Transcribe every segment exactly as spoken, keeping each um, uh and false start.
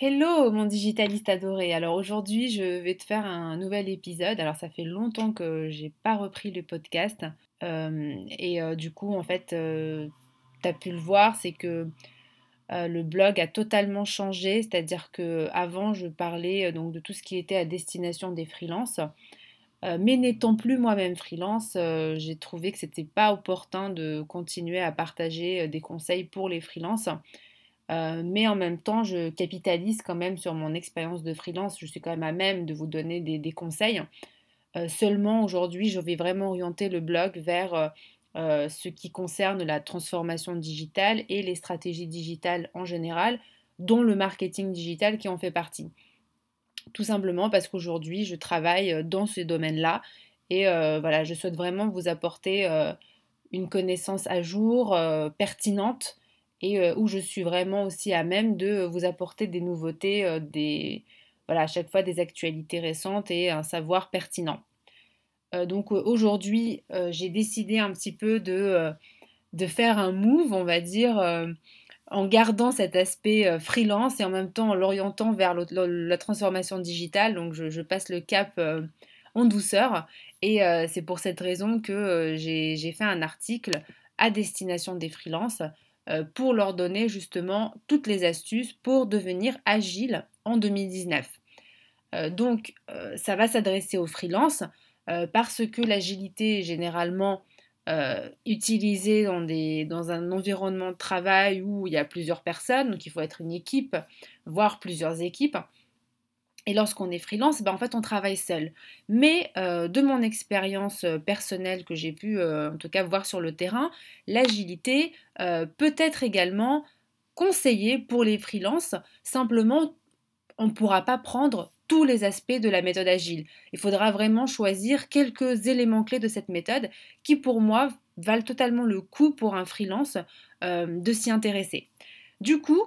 Hello mon digitaliste adoré. Alors aujourd'hui, je vais te faire un nouvel épisode. Alors ça fait longtemps que j'ai pas repris le podcast. Euh, et euh, du coup, en fait, tu as pu le voir, c'est que euh, le blog a totalement changé. C'est-à-dire que avant, je parlais euh, donc de tout ce qui était à destination des freelances. Euh, mais n'étant plus moi-même freelance, euh, j'ai trouvé que c'était pas opportun de continuer à partager euh, des conseils pour les freelances. Euh, mais en même temps, je capitalise quand même sur mon expérience de freelance. Je suis quand même à même de vous donner des, des conseils. Euh, seulement aujourd'hui, je vais vraiment orienter le blog vers euh, euh, ce qui concerne la transformation digitale et les stratégies digitales en général, dont le marketing digital qui en fait partie. Tout simplement parce qu'aujourd'hui, je travaille euh, dans ce domaine-là et euh, voilà, je souhaite vraiment vous apporter euh, une connaissance à jour, euh, pertinente, et euh, où je suis vraiment aussi à même de vous apporter des nouveautés, euh, des, voilà, à chaque fois des actualités récentes et un savoir pertinent. Euh, donc euh, aujourd'hui, euh, j'ai décidé un petit peu de, euh, de faire un move, on va dire, euh, en gardant cet aspect euh, freelance et en même temps en l'orientant vers le- le- la transformation digitale. Donc je, je passe le cap euh, en douceur. Et euh, c'est pour cette raison que euh, j'ai j'ai fait un article à destination des freelances euh, pour leur donner justement toutes les astuces pour devenir agile en deux mille dix-neuf. Euh, donc euh, ça va s'adresser aux freelances euh, parce que l'agilité est généralement euh, utilisée dans, des, dans un environnement de travail où il y a plusieurs personnes, donc il faut être une équipe, voire plusieurs équipes. Et lorsqu'on est freelance, ben en fait on travaille seul. Mais euh, de mon expérience euh, personnelle que j'ai pu euh, en tout cas voir sur le terrain, l'agilité euh, peut être également conseillée pour les freelances. Simplement, on ne pourra pas prendre tous les aspects de la méthode agile. Il faudra vraiment choisir quelques éléments clés de cette méthode qui, pour moi, valent totalement le coup pour un freelance euh, de s'y intéresser. Du coup,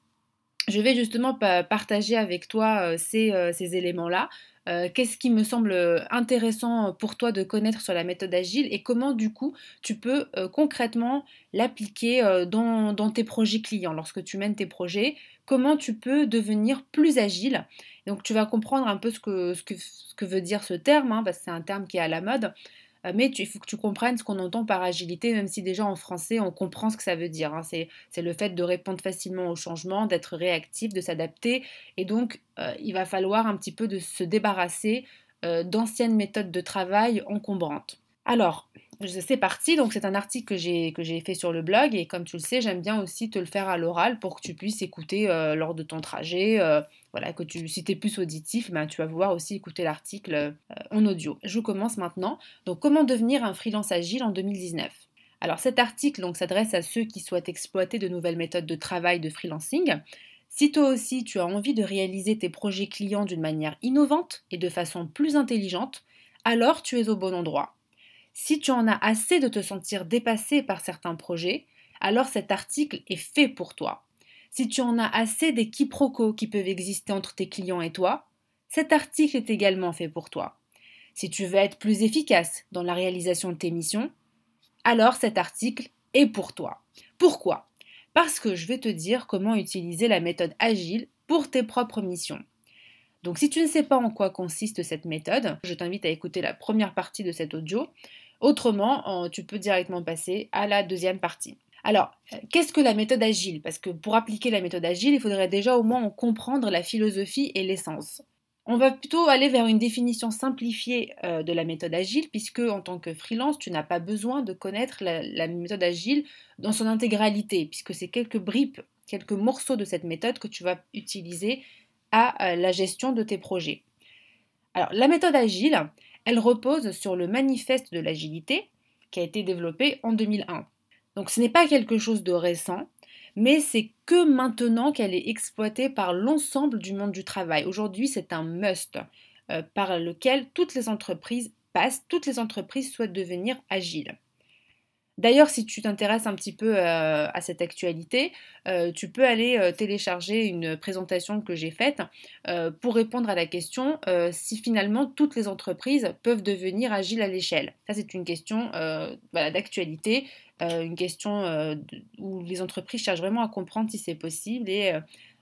je vais justement pa- partager avec toi euh, ces, euh, ces éléments-là. Euh, Qu'est-ce qui me semble intéressant pour toi de connaître sur la méthode agile et comment du coup tu peux euh, concrètement l'appliquer euh, dans, dans tes projets clients lorsque tu mènes tes projets, comment tu peux devenir plus agile. Donc tu vas comprendre un peu ce que, ce que, ce que veut dire ce terme, hein, parce que c'est un terme qui est à la mode. Euh, Mais tu- il faut que tu comprennes ce qu'on entend par agilité, même si déjà en français on comprend ce que ça veut dire, hein. C'est, c'est le fait de répondre facilement aux changements, d'être réactif, de s'adapter. Et donc euh, il va falloir un petit peu de se débarrasser euh, d'anciennes méthodes de travail encombrantes. Alors, c'est parti, donc c'est un article que j'ai que j'ai fait sur le blog et comme tu le sais, j'aime bien aussi te le faire à l'oral pour que tu puisses écouter euh, lors de ton trajet. Euh, voilà, que tu, si tu es plus auditif, ben, tu vas pouvoir aussi écouter l'article euh, en audio. Je commence maintenant. Donc, comment devenir un freelance agile en deux mille dix-neuf? Alors, cet article donc s'adresse à ceux qui souhaitent exploiter de nouvelles méthodes de travail de freelancing. Si toi aussi tu as envie de réaliser tes projets clients d'une manière innovante et de façon plus intelligente, alors tu es au bon endroit. Si tu en as assez de te sentir dépassé par certains projets, alors cet article est fait pour toi. Si tu en as assez des quiproquos qui peuvent exister entre tes clients et toi, cet article est également fait pour toi. Si tu veux être plus efficace dans la réalisation de tes missions, alors cet article est pour toi. Pourquoi? Parce que je vais te dire comment utiliser la méthode agile pour tes propres missions. Donc si tu ne sais pas en quoi consiste cette méthode, je t'invite à écouter la première partie de cet audio. Autrement, tu peux directement passer à la deuxième partie. Alors, euh, qu'est-ce que la méthode agile? Parce que pour appliquer la méthode agile, il faudrait déjà au moins en comprendre la philosophie et l'essence. On va plutôt aller vers une définition simplifiée euh, de la méthode agile, puisque en tant que freelance, tu n'as pas besoin de connaître la, la méthode agile dans son intégralité, puisque c'est quelques bribes, quelques morceaux de cette méthode que tu vas utiliser à euh, la gestion de tes projets. Alors, la méthode agile, elle repose sur le manifeste de l'agilité qui a été développé en deux mille un. Donc, ce n'est pas quelque chose de récent, mais c'est que maintenant qu'elle est exploitée par l'ensemble du monde du travail. Aujourd'hui, c'est un must euh, par lequel toutes les entreprises passent, toutes les entreprises souhaitent devenir agiles. D'ailleurs, si tu t'intéresses un petit peu euh, à cette actualité, euh, tu peux aller euh, télécharger une présentation que j'ai faite euh, pour répondre à la question euh, si finalement toutes les entreprises peuvent devenir agiles à l'échelle. Ça, c'est une question euh, voilà, d'actualité, euh, une question euh, de- où les entreprises cherchent vraiment à comprendre si c'est possible et euh,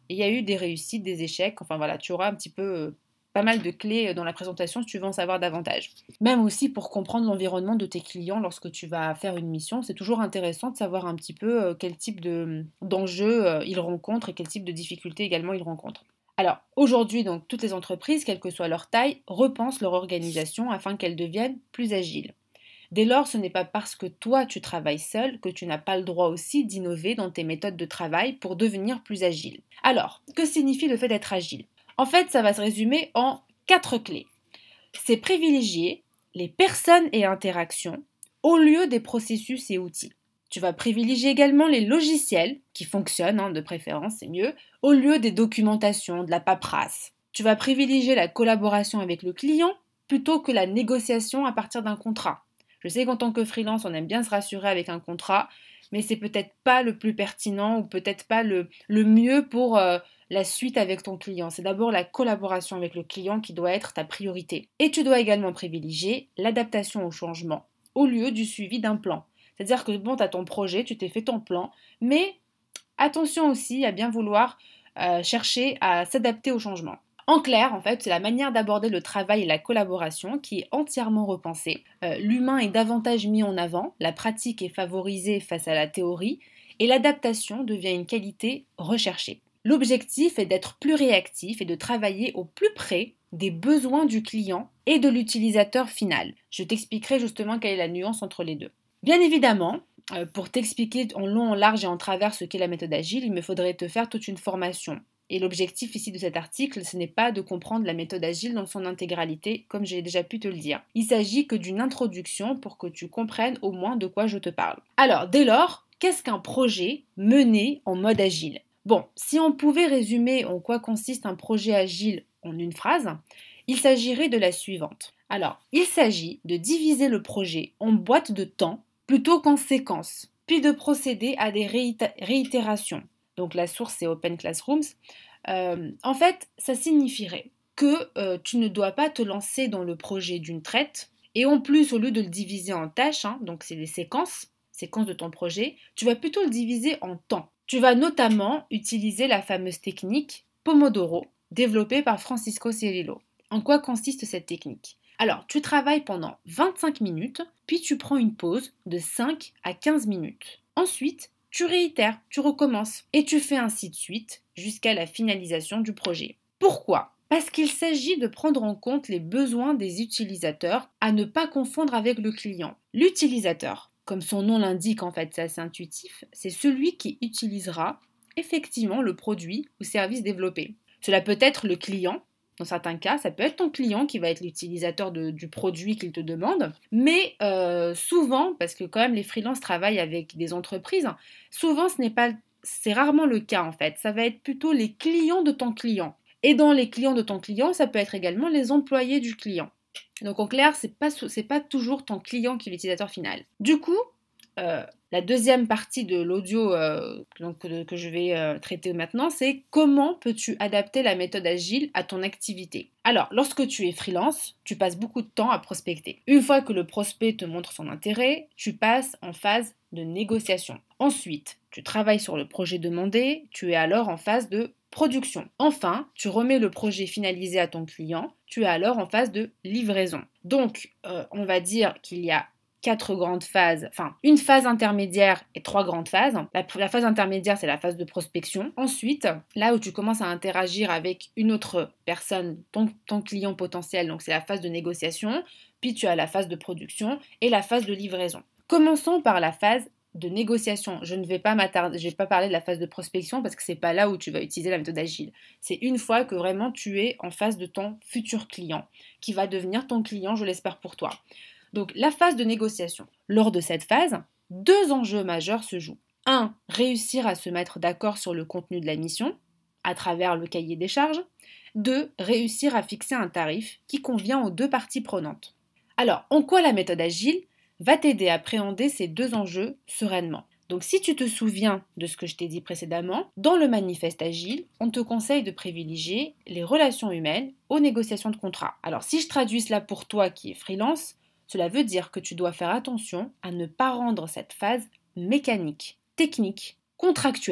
Et il y a eu des réussites, des échecs. Enfin voilà, tu auras un petit peu euh, pas mal de clés dans la présentation si tu veux en savoir davantage. Même aussi pour comprendre l'environnement de tes clients lorsque tu vas faire une mission, c'est toujours intéressant de savoir un petit peu euh, quel type de, d'enjeux euh, ils rencontrent et quel type de difficultés également ils rencontrent. Alors aujourd'hui, donc toutes les entreprises, quelle que soit leur taille, repensent leur organisation afin qu'elles deviennent plus agiles. Dès lors, ce n'est pas parce que toi tu travailles seul que tu n'as pas le droit aussi d'innover dans tes méthodes de travail pour devenir plus agile. Alors, que signifie le fait d'être agile? En fait, ça va se résumer en quatre clés. C'est privilégier les personnes et interactions au lieu des processus et outils. Tu vas privilégier également les logiciels qui fonctionnent, hein, de préférence, c'est mieux, au lieu des documentations, de la paperasse. Tu vas privilégier la collaboration avec le client plutôt que la négociation à partir d'un contrat. Je sais qu'en tant que freelance, on aime bien se rassurer avec un contrat, mais c'est peut-être pas le plus pertinent ou peut-être pas le, le mieux pour euh, la suite avec ton client. C'est d'abord la collaboration avec le client qui doit être ta priorité. Et tu dois également privilégier l'adaptation au changement au lieu du suivi d'un plan. C'est-à-dire que bon, tu as ton projet, tu t'es fait ton plan, mais attention aussi à bien vouloir euh, chercher à s'adapter au changement. En clair, en fait, c'est la manière d'aborder le travail et la collaboration qui est entièrement repensée. Euh, l'humain est davantage mis en avant, la pratique est favorisée face à la théorie, et l'adaptation devient une qualité recherchée. L'objectif est d'être plus réactif et de travailler au plus près des besoins du client et de l'utilisateur final. Je t'expliquerai justement quelle est la nuance entre les deux. Bien évidemment, euh, pour t'expliquer en long, en large et en travers ce qu'est la méthode agile, il me faudrait te faire toute une formation. Et l'objectif ici de cet article, ce n'est pas de comprendre la méthode agile dans son intégralité, comme j'ai déjà pu te le dire. Il s'agit que d'une introduction pour que tu comprennes au moins de quoi je te parle. Alors, dès lors, qu'est-ce qu'un projet mené en mode agile? Bon, si on pouvait résumer en quoi consiste un projet agile en une phrase, il s'agirait de la suivante. Alors, il s'agit de diviser le projet en boîtes de temps plutôt qu'en séquences, puis de procéder à des réita- réitérations. Donc la source c'est Open Classrooms. Euh, en fait, ça signifierait que euh, tu ne dois pas te lancer dans le projet d'une traite, et en plus, au lieu de le diviser en tâches, hein, donc c'est des séquences, séquences de ton projet, tu vas plutôt le diviser en temps. Tu vas notamment utiliser la fameuse technique Pomodoro, développée par Francisco Cirillo. En quoi consiste cette technique? Alors, tu travailles pendant vingt-cinq minutes, puis tu prends une pause de cinq à quinze minutes. Ensuite, tu réitères, tu recommences, et tu fais ainsi de suite jusqu'à la finalisation du projet. Pourquoi? Parce qu'il s'agit de prendre en compte les besoins des utilisateurs à ne pas confondre avec le client. L'utilisateur, comme son nom l'indique en fait, c'est assez intuitif, c'est celui qui utilisera effectivement le produit ou service développé. Cela peut être le client. Dans certains cas, ça peut être ton client qui va être l'utilisateur de, du produit qu'il te demande. Mais euh, souvent, parce que quand même les freelances travaillent avec des entreprises, souvent ce n'est pas, c'est rarement le cas en fait. Ça va être plutôt les clients de ton client. Et dans les clients de ton client, ça peut être également les employés du client. Donc en clair, c'est pas, c'est pas toujours ton client qui est l'utilisateur final. Du coup, euh, la deuxième partie de l'audio euh, donc, que, que je vais euh, traiter maintenant, c'est comment peux-tu adapter la méthode agile à ton activité. Alors, lorsque tu es freelance, tu passes beaucoup de temps à prospecter. Une fois que le prospect te montre son intérêt, tu passes en phase de négociation. Ensuite, tu travailles sur le projet demandé, tu es alors en phase de production. Enfin, tu remets le projet finalisé à ton client, tu es alors en phase de livraison. Donc, euh, on va dire qu'il y a quatre grandes phases, enfin une phase intermédiaire et trois grandes phases. La, la phase intermédiaire, c'est la phase de prospection. Ensuite, là où tu commences à interagir avec une autre personne, ton, ton client potentiel, donc c'est la phase de négociation. Puis tu as la phase de production et la phase de livraison. Commençons par la phase de négociation. Je ne vais pas m'attarder, je vais pas parler de la phase de prospection parce que c'est pas là où tu vas utiliser la méthode agile. C'est une fois que vraiment tu es en face de ton futur client, qui va devenir ton client, je l'espère pour toi. Donc la phase de négociation. Lors de cette phase, deux enjeux majeurs se jouent. Un, réussir à se mettre d'accord sur le contenu de la mission, à travers le cahier des charges. Deux, réussir à fixer un tarif qui convient aux deux parties prenantes. Alors, en quoi la méthode agile va t'aider à appréhender ces deux enjeux sereinement? Donc si tu te souviens de ce que je t'ai dit précédemment, dans le manifeste agile, on te conseille de privilégier les relations humaines aux négociations de contrat. Alors si je traduis cela pour toi qui es freelance, cela veut dire que tu dois faire attention à ne pas rendre cette phase mécanique, technique, contractuelle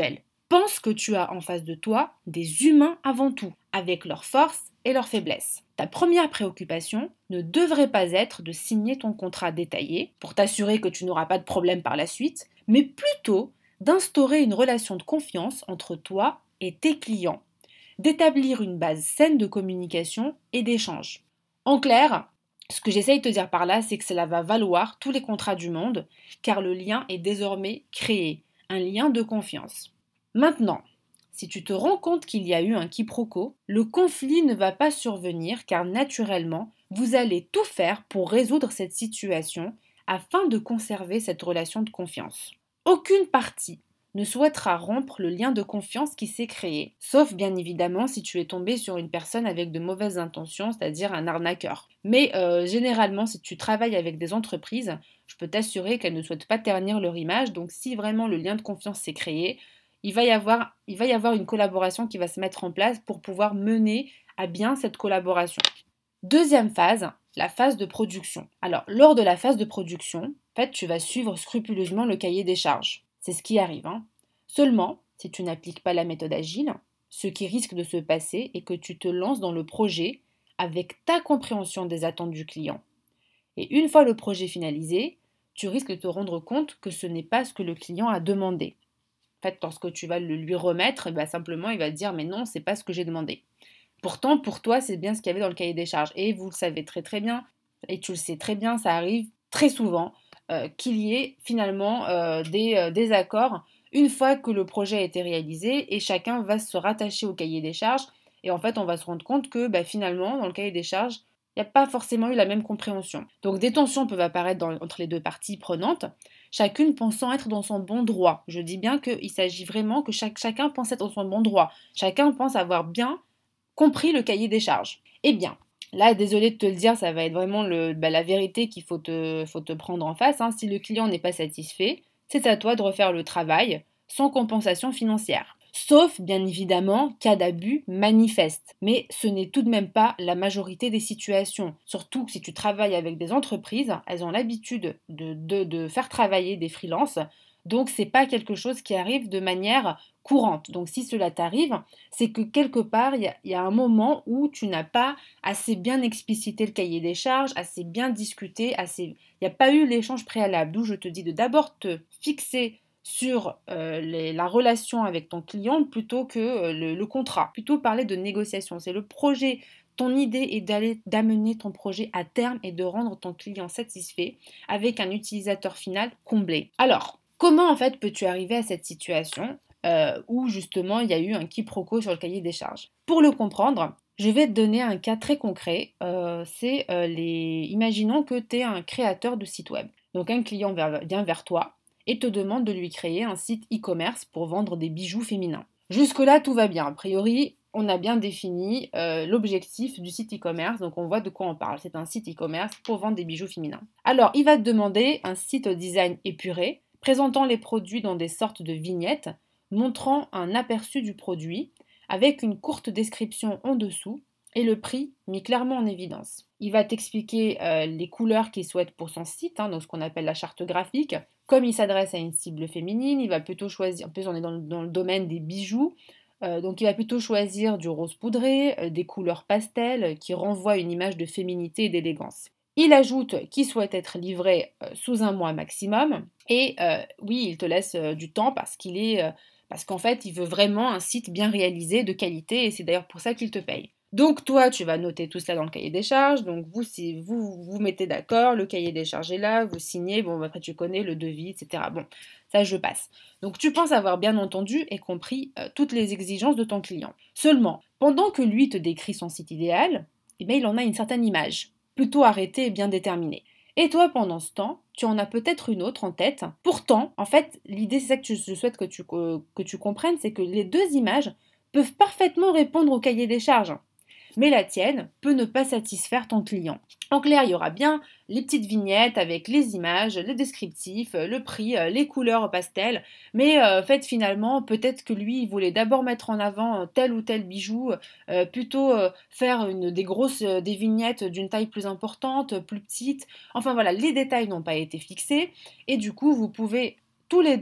Pense que tu as en face de toi des humains avant tout, avec leurs forces et leurs faiblesses. Ta première préoccupation ne devrait pas être de signer ton contrat détaillé pour t'assurer que tu n'auras pas de problème par la suite, mais plutôt d'instaurer une relation de confiance entre toi et tes clients, d'établir une base saine de communication et d'échange. En clair, ce que j'essaye de te dire par là, c'est que cela va valoir tous les contrats du monde, car le lien est désormais créé, un lien de confiance. Maintenant, si tu te rends compte qu'il y a eu un quiproquo, le conflit ne va pas survenir car naturellement, vous allez tout faire pour résoudre cette situation afin de conserver cette relation de confiance. Aucune partie ne souhaitera rompre le lien de confiance qui s'est créé, sauf bien évidemment si tu es tombé sur une personne avec de mauvaises intentions, c'est-à-dire un arnaqueur. Mais euh, généralement, si tu travailles avec des entreprises, je peux t'assurer qu'elles ne souhaitent pas ternir leur image, donc si vraiment le lien de confiance s'est créé, il va y avoir, il va y avoir une collaboration qui va se mettre en place pour pouvoir mener à bien cette collaboration. Deuxième phase, la phase de production. Alors, lors de la phase de production, en fait, tu vas suivre scrupuleusement le cahier des charges. C'est ce qui arrive. Hein. Seulement, si tu n'appliques pas la méthode agile, ce qui risque de se passer est que tu te lances dans le projet avec ta compréhension des attentes du client. Et une fois le projet finalisé, tu risques de te rendre compte que ce n'est pas ce que le client a demandé. En fait, lorsque tu vas le lui remettre, bah, simplement, il va te dire « mais non, c'est pas ce que j'ai demandé ». Pourtant, pour toi, c'est bien ce qu'il y avait dans le cahier des charges. Et vous le savez très très bien, et tu le sais très bien, ça arrive très souvent, euh, qu'il y ait finalement euh, des euh, désaccords une fois que le projet a été réalisé et chacun va se rattacher au cahier des charges. Et en fait, on va se rendre compte que bah, finalement, dans le cahier des charges, il n'y a pas forcément eu la même compréhension. Donc des tensions peuvent apparaître dans, entre les deux parties prenantes, chacune pensant être dans son bon droit. Je dis bien qu'il s'agit vraiment que chaque, chacun pense être dans son bon droit. Chacun pense avoir bien compris le cahier des charges. Eh bien, là, désolé de te le dire, ça va être vraiment le, bah, la vérité qu'il faut te, faut te prendre en face. Hein. Si le client n'est pas satisfait, c'est à toi de refaire le travail sans compensation financière. Sauf, bien évidemment, cas d'abus manifeste. Mais ce n'est tout de même pas la majorité des situations. Surtout que si tu travailles avec des entreprises, elles ont l'habitude de, de, de faire travailler des freelances. Donc, c'est pas quelque chose qui arrive de manière courante. Donc, si cela t'arrive, c'est que quelque part, il y, y a un moment où tu n'as pas assez bien explicité le cahier des charges, assez bien discuté, assez... il n'y a pas eu l'échange préalable. D'où je te dis de d'abord te fixer sur euh, les, la relation avec ton client plutôt que euh, le, le contrat. Plutôt parler de négociation. C'est le projet. Ton idée est d'aller d'amener ton projet à terme et de rendre ton client satisfait avec un utilisateur final comblé. Alors, comment en fait peux-tu arriver à cette situation euh, où justement il y a eu un quiproquo sur le cahier des charges? Pour le comprendre, je vais te donner un cas très concret. Euh, c'est euh, les... Imaginons que tu es un créateur de site web. Donc un client vient vers toi et te demande de lui créer un site e-commerce pour vendre des bijoux féminins. Jusque-là, tout va bien. A priori, on a bien défini euh, l'objectif du site e-commerce, donc on voit de quoi on parle. C'est un site e-commerce pour vendre des bijoux féminins. Alors, il va te demander un site au design épuré, présentant les produits dans des sortes de vignettes, montrant un aperçu du produit, avec une courte description en dessous, et le prix mis clairement en évidence. Il va t'expliquer euh, les couleurs qu'il souhaite pour son site, hein, donc ce qu'on appelle la charte graphique. Comme il s'adresse à une cible féminine, il va plutôt choisir, en plus on est dans le, dans le domaine des bijoux, euh, donc il va plutôt choisir du rose poudré, euh, des couleurs pastel euh, qui renvoient à une image de féminité et d'élégance. Il ajoute qu'il souhaite être livré euh, sous un mois maximum, et euh, oui, il te laisse euh, du temps parce qu'il est... Euh, parce qu'en fait, il veut vraiment un site bien réalisé, de qualité, et c'est d'ailleurs pour ça qu'il te paye. Donc toi, tu vas noter tout cela dans le cahier des charges, donc vous, si vous vous mettez d'accord, le cahier des charges est là, vous signez, bon après tu connais le devis, et cetera. Bon, ça je passe. Donc tu penses avoir bien entendu et compris euh, toutes les exigences de ton client. Seulement, pendant que lui te décrit son site idéal, eh bien, il en a une certaine image, plutôt arrêtée et bien déterminée. Et toi, pendant ce temps, tu en as peut-être une autre en tête. Pourtant, en fait, l'idée, c'est ça que je souhaite que tu, que, que tu comprennes, c'est que les deux images peuvent parfaitement répondre au cahier des charges. Mais la tienne peut ne pas satisfaire ton client. En clair, il y aura bien les petites vignettes avec les images, les descriptifs, le prix, les couleurs pastel, mais euh, en fait finalement peut-être que lui il voulait d'abord mettre en avant tel ou tel bijou, euh, plutôt euh, faire une, des grosses euh, des vignettes d'une taille plus importante, plus petite. Enfin voilà, les détails n'ont pas été fixés et du coup vous pouvez tous les deux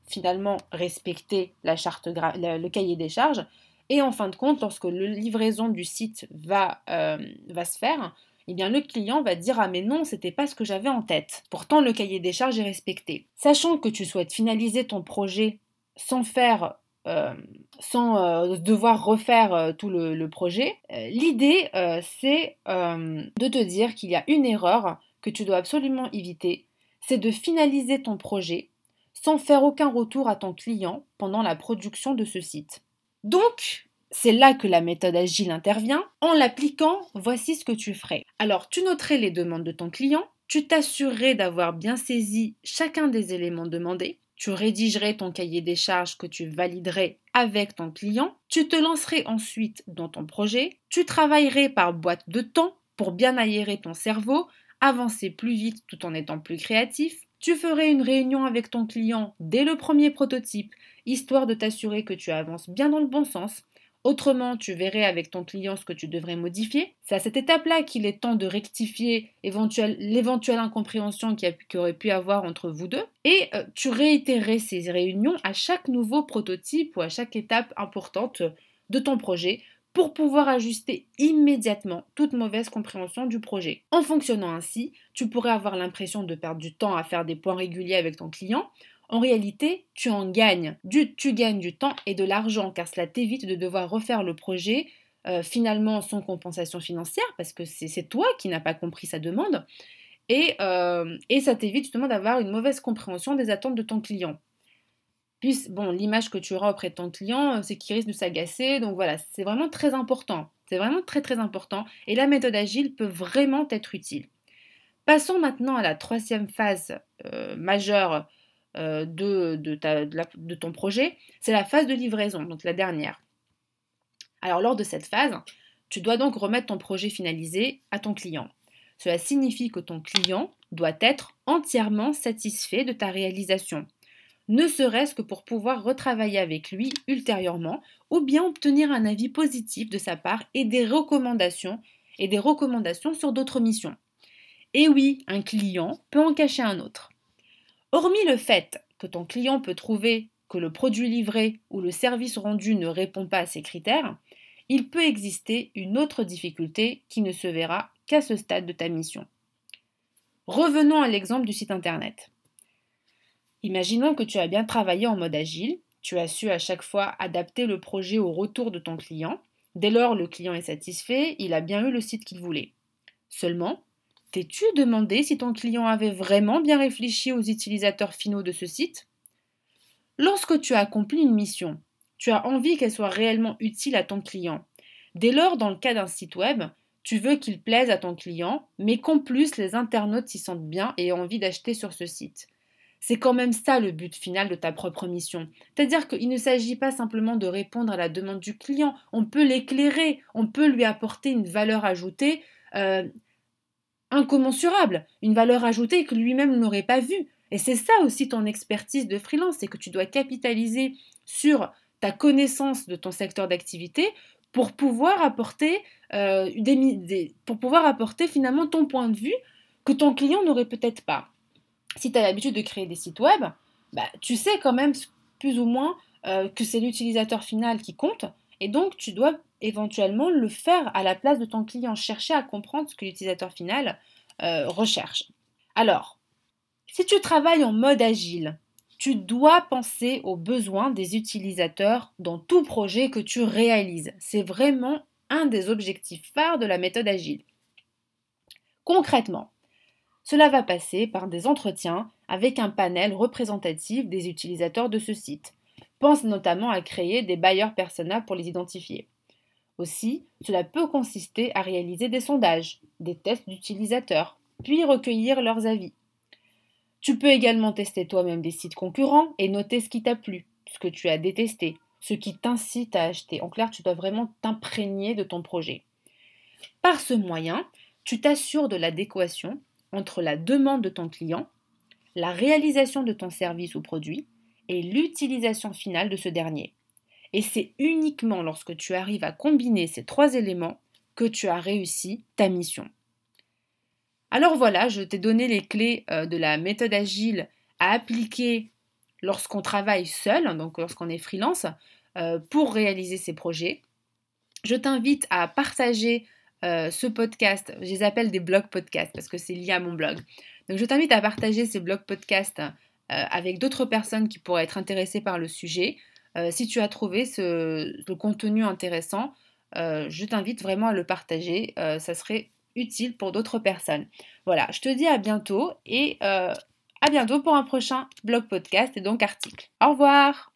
finalement respecter la charte gra- le, le cahier des charges. Et en fin de compte, lorsque la livraison du site va, euh, va se faire, eh bien le client va dire ah mais non, c'était pas ce que j'avais en tête. Pourtant le cahier des charges est respecté. Sachant que tu souhaites finaliser ton projet sans faire euh, sans euh, devoir refaire euh, tout le, le projet, euh, l'idée euh, c'est euh, de te dire qu'il y a une erreur que tu dois absolument éviter, c'est de finaliser ton projet sans faire aucun retour à ton client pendant la production de ce site. Donc, c'est là que la méthode agile intervient. En l'appliquant, voici ce que tu ferais. Alors, tu noterais les demandes de ton client, tu t'assurerais d'avoir bien saisi chacun des éléments demandés, tu rédigerais ton cahier des charges que tu validerais avec ton client, tu te lancerais ensuite dans ton projet, tu travaillerais par boîte de temps pour bien aérer ton cerveau, avancer plus vite tout en étant plus créatif, tu ferais une réunion avec ton client dès le premier prototype, histoire de t'assurer que tu avances bien dans le bon sens. Autrement, tu verrais avec ton client ce que tu devrais modifier. C'est à cette étape-là qu'il est temps de rectifier éventuelle, l'éventuelle incompréhension qu'il y, a, qu'il y aurait pu avoir entre vous deux. Et euh, tu réitérerais ces réunions à chaque nouveau prototype ou à chaque étape importante de ton projet pour pouvoir ajuster immédiatement toute mauvaise compréhension du projet. En fonctionnant ainsi, tu pourrais avoir l'impression de perdre du temps à faire des points réguliers avec ton client. En réalité, tu en gagnes du, tu gagnes du temps et de l'argent car cela t'évite de devoir refaire le projet euh, finalement sans compensation financière parce que c'est, c'est toi qui n'as pas compris sa demande et, euh, et ça t'évite justement d'avoir une mauvaise compréhension des attentes de ton client. Puis, bon, l'image que tu auras auprès de ton client, c'est qu'il risque de s'agacer. Donc voilà, c'est vraiment très important. C'est vraiment très très important. Et la méthode agile peut vraiment être utile. Passons maintenant à la troisième phase euh, majeure euh, de, de, ta, de, la, de ton projet. C'est la phase de livraison, donc la dernière. Alors lors de cette phase, tu dois donc remettre ton projet finalisé à ton client. Cela signifie que ton client doit être entièrement satisfait de ta réalisation, ne serait-ce que pour pouvoir retravailler avec lui ultérieurement ou bien obtenir un avis positif de sa part et des recommandations et des recommandations sur d'autres missions. Et oui, un client peut en cacher un autre. Hormis le fait que ton client peut trouver que le produit livré ou le service rendu ne répond pas à ces critères, il peut exister une autre difficulté qui ne se verra qu'à ce stade de ta mission. Revenons à l'exemple du site internet. Imaginons que tu as bien travaillé en mode agile, tu as su à chaque fois adapter le projet au retour de ton client. Dès lors, le client est satisfait, il a bien eu le site qu'il voulait. Seulement, t'es-tu demandé si ton client avait vraiment bien réfléchi aux utilisateurs finaux de ce site? Lorsque tu as accompli une mission, tu as envie qu'elle soit réellement utile à ton client. Dès lors, dans le cas d'un site web, tu veux qu'il plaise à ton client, mais qu'en plus les internautes s'y sentent bien et aient envie d'acheter sur ce site. C'est quand même ça le but final de ta propre mission. C'est-à-dire qu'il ne s'agit pas simplement de répondre à la demande du client, on peut l'éclairer, on peut lui apporter une valeur ajoutée euh, incommensurable, une valeur ajoutée que lui-même n'aurait pas vue. Et c'est ça aussi ton expertise de freelance, c'est que tu dois capitaliser sur ta connaissance de ton secteur d'activité pour pouvoir apporter euh, des, des, pour pouvoir apporter finalement ton point de vue que ton client n'aurait peut-être pas. Si tu as l'habitude de créer des sites web, bah, tu sais quand même plus ou moins euh, que c'est l'utilisateur final qui compte et donc tu dois éventuellement le faire à la place de ton client, chercher à comprendre ce que l'utilisateur final euh, recherche. Alors, si tu travailles en mode agile, tu dois penser aux besoins des utilisateurs dans tout projet que tu réalises. C'est vraiment un des objectifs phares de la méthode agile. Concrètement, cela va passer par des entretiens avec un panel représentatif des utilisateurs de ce site. Pense notamment à créer des buyer personas pour les identifier. Aussi, cela peut consister à réaliser des sondages, des tests d'utilisateurs, puis recueillir leurs avis. Tu peux également tester toi-même des sites concurrents et noter ce qui t'a plu, ce que tu as détesté, ce qui t'incite à acheter. En clair, tu dois vraiment t'imprégner de ton projet. Par ce moyen, tu t'assures de l'adéquation entre la demande de ton client, la réalisation de ton service ou produit et l'utilisation finale de ce dernier. Et c'est uniquement lorsque tu arrives à combiner ces trois éléments que tu as réussi ta mission. Alors voilà, je t'ai donné les clés de la méthode agile à appliquer lorsqu'on travaille seul, donc lorsqu'on est freelance, euh, pour réaliser ses projets. Je t'invite à partager euh, ce podcast, je les appelle des blogs podcasts parce que c'est lié à mon blog. Donc je t'invite à partager ces blogs podcasts euh, avec d'autres personnes qui pourraient être intéressées par le sujet. Euh, si tu as trouvé ce, ce contenu intéressant, euh, je t'invite vraiment à le partager, euh, ça serait utile pour d'autres personnes. Voilà, je te dis à bientôt et euh, à bientôt pour un prochain blog podcast et donc article. Au revoir!